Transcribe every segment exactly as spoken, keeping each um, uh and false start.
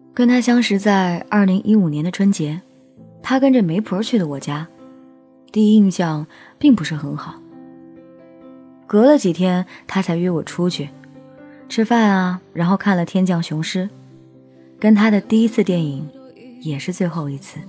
跟他相识在二零一五年的春节，他跟着媒婆去的我家，第一印象并不是很好。隔了几天，他才约我出去吃饭啊，然后看了《天降雄狮》，跟他的第一次电影，也是最后一次。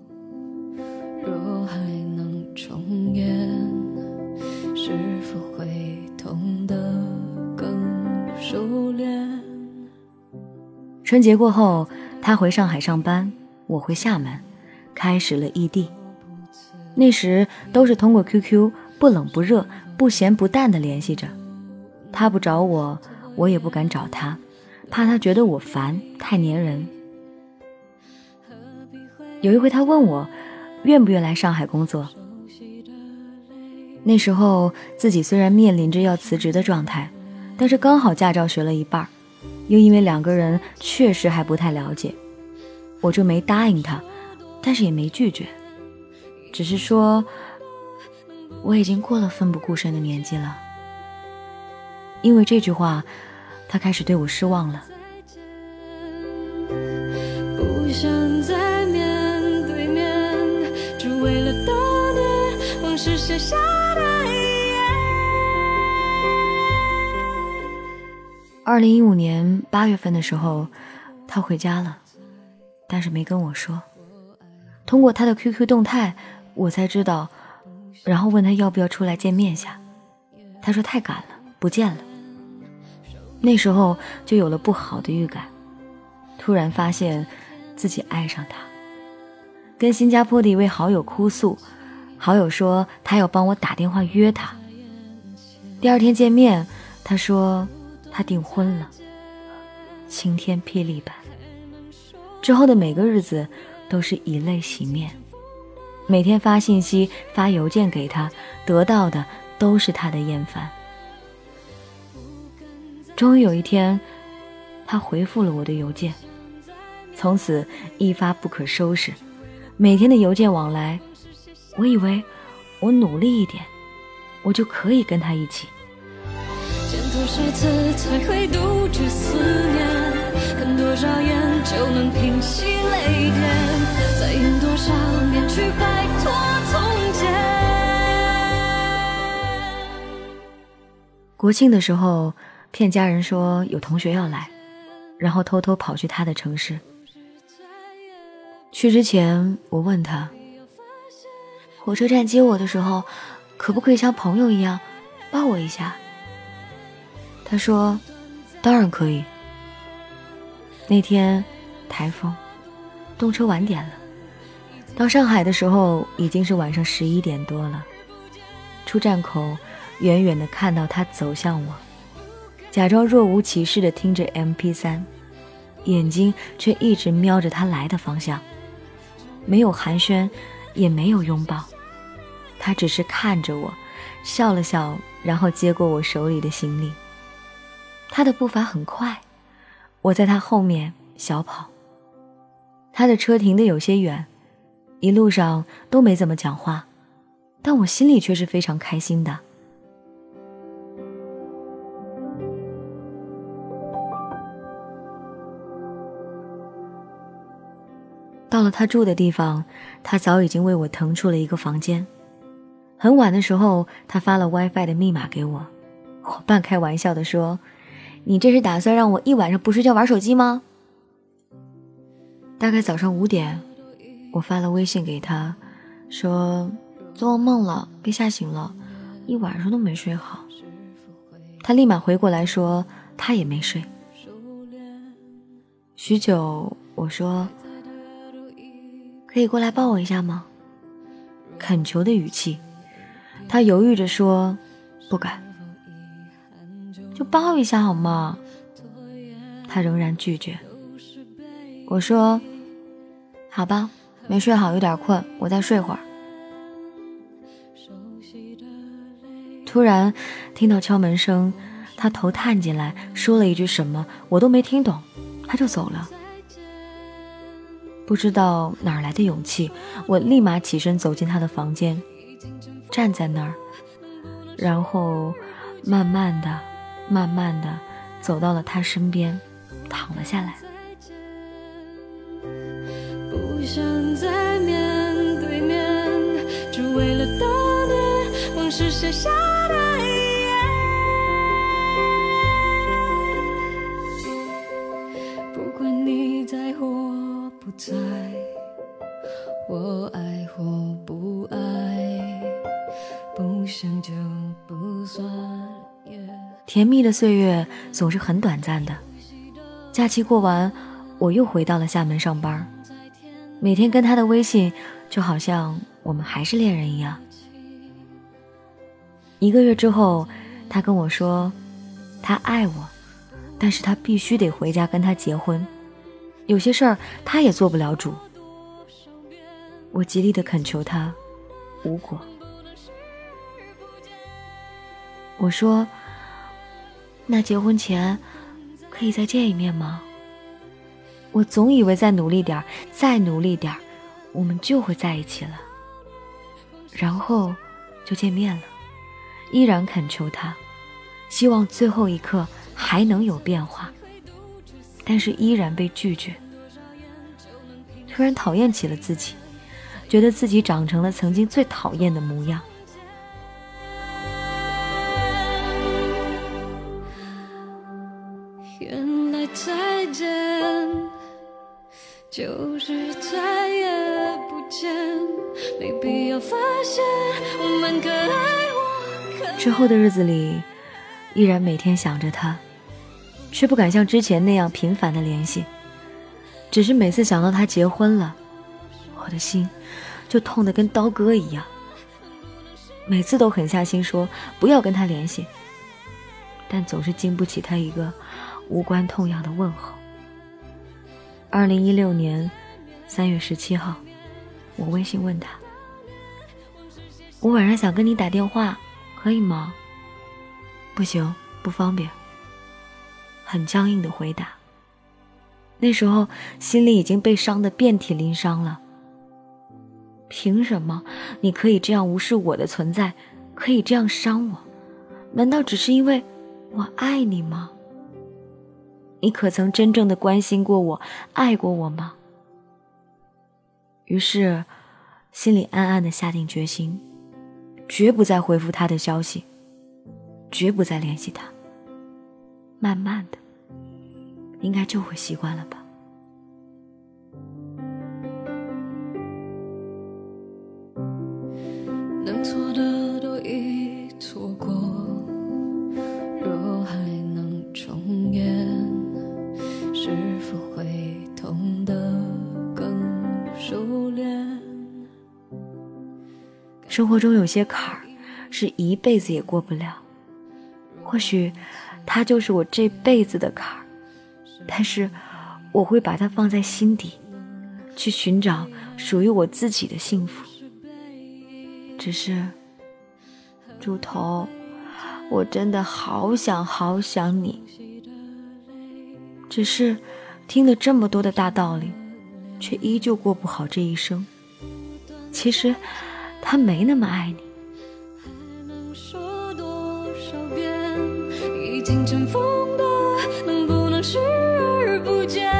若还能重演，是否会痛得更熟练？ 春节过后，他回上海上班，我回厦门，开始了异地。那时都是通过 Q Q， 不冷不热，不咸不淡的联系着。他不找我，我也不敢找他，怕他觉得我烦，太粘人。有一回他问我愿不愿来上海工作，那时候自己虽然面临着要辞职的状态，但是刚好驾照学了一半，又因为两个人确实还不太了解，我就没答应他，但是也没拒绝，只是说我已经过了奋不顾身的年纪了。因为这句话，他开始对我失望了。 不想再面对面，只为了当年往事写下的遗言。 二零一五年八月份的时候，他回家了，但是没跟我说。通过他的 Q Q 动态，我才知道，然后问他要不要出来见面下。他说太赶了，不见了。那时候就有了不好的预感，突然发现自己爱上他，跟新加坡的一位好友哭诉，好友说他要帮我打电话约他。第二天见面，他说他订婚了，晴天霹雳般。之后的每个日子都是以泪洗面，每天发信息发邮件给他，得到的都是他的厌烦。终于有一天，他回复了我的邮件，从此一发不可收拾，每天的邮件往来，我以为我努力一点，我就可以跟他一起。 见多少次才会杜绝思念，看多少眼就能平息泪点，再演多少遍去摆脱从前。 国庆的时候，骗家人说有同学要来，然后偷偷跑去他的城市。去之前我问他，火车站接我的时候可不可以像朋友一样抱我一下？他说当然可以。那天台风，动车晚点了，到上海的时候已经是晚上十一点多了。出站口远远地看到他走向我，假装若无其事地听着 M P 三， 眼睛却一直瞄着他来的方向，没有寒暄，也没有拥抱，他只是看着我，笑了笑，然后接过我手里的行李。他的步伐很快，我在他后面小跑。他的车停得有些远，一路上都没怎么讲话，但我心里却是非常开心的。到了他住的地方，他早已经为我腾出了一个房间。很晚的时候，他发了 WiFi 的密码给我，我半开玩笑地说，你这是打算让我一晚上不睡觉玩手机吗？大概早上五点，我发了微信给他，说做噩梦了，被吓醒了，一晚上都没睡好。他立马回过来说他也没睡。许久，我说可以过来抱我一下吗？恳求的语气。他犹豫着说不敢。就抱一下好吗？他仍然拒绝。我说好吧，没睡好，有点困，我再睡会儿。突然听到敲门声，他头探进来，说了一句什么我都没听懂，他就走了。不知道哪儿来的勇气，我立马起身走进他的房间，站在那儿，然后慢慢的慢慢的走到了他身边，躺了下来。 想再面对面，只为了悼念往事写下的遗言。不管你在或不在，我爱或不爱，不想就不算也。 甜蜜的岁月总是很短暂的，假期过完，我又回到了厦门上班，每天跟他的微信就好像我们还是恋人一样。一个月之后，他跟我说他爱我，但是他必须得回家跟他结婚，有些事儿他也做不了主。我极力的恳求他，无果。我说，那结婚前可以再见一面吗？我总以为再努力点，再努力点，我们就会在一起了，然后就见面了。依然恳求他，希望最后一刻还能有变化，但是依然被拒绝。突然讨厌起了自己，觉得自己长成了曾经最讨厌的模样。 原来再见就是再也不见，没必要发现我们可爱或可怜。 之后的日子里，依然每天想着他，却不敢像之前那样频繁的联系。只是每次想到他结婚了，我的心就痛得跟刀割一样。每次都狠下心说不要跟他联系，但总是经不起他一个无关痛痒的问候。二零一六年三月十七号，我微信问他，我晚上想跟你打电话，可以吗？不行，不方便。很僵硬的回答。那时候心里已经被伤得遍体鳞伤了。凭什么你可以这样无视我的存在，可以这样伤我？难道只是因为我爱你吗？你可曾真正的关心过我，爱过我吗？于是心里暗暗的下定决心，绝不再回复他的消息，绝不再联系他。慢慢的应该就会习惯了吧。 能错的都已错过，若还能重演，是否会痛得更熟练？ 生活中有些坎儿是一辈子也过不了，或许它就是我这辈子的坎儿，但是我会把它放在心底，去寻找属于我自己的幸福。只是猪头，我真的好想好想你。只是听了这么多的大道理，却依旧过不好这一生。其实他没那么爱你。 还能说多少遍，已经尘封的能不能视而不见？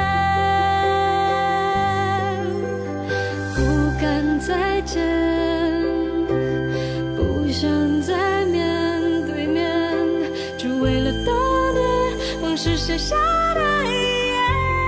不敢再见，不想再面对面，只为了悼念往事写下的遗言。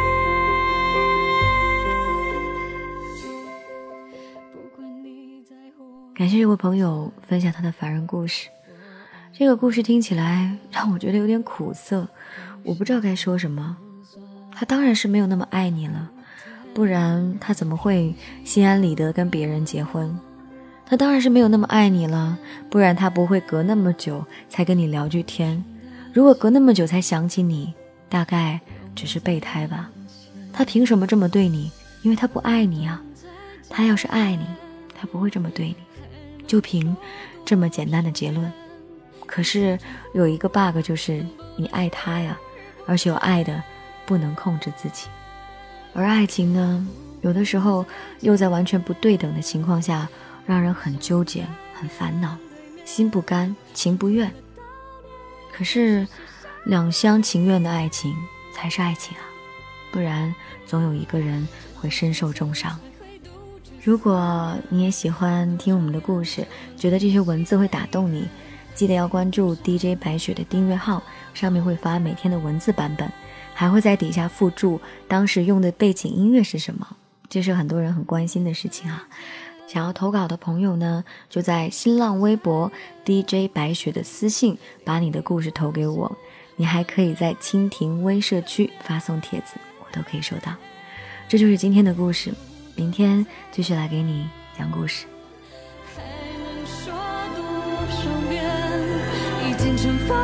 感谢这位朋友分享他的凡人故事。这个故事听起来让我觉得有点苦涩，我不知道该说什么。他当然是没有那么爱你了，不然他怎么会心安理得跟别人结婚？他当然是没有那么爱你了，不然他不会隔那么久才跟你聊句天。如果隔那么久才想起你，大概只是备胎吧。他凭什么这么对你？因为他不爱你啊。他要是爱你，他不会这么对你。就凭这么简单的结论。可是有一个 bug， 就是你爱他呀，而且有爱的不能控制自己。而爱情呢，有的时候又在完全不对等的情况下，让人很纠结，很烦恼，心不甘情不愿。可是两厢情愿的爱情才是爱情啊，不然总有一个人会深受重伤。 如果你也喜欢听我们的故事，觉得这些文字会打动你，记得要关注 D J 白雪的订阅号，上面会发每天的文字版本，还会在底下附注当时用的背景音乐是什么，这是很多人很关心的事情啊。想要投稿的朋友呢，就在新浪微博 D J 白雪的私信把你的故事投给我，你还可以在蜻蜓微社区发送帖子，我都可以收到。这就是今天的故事，明天继续来给你讲故事。 还能说多少遍，已经尘封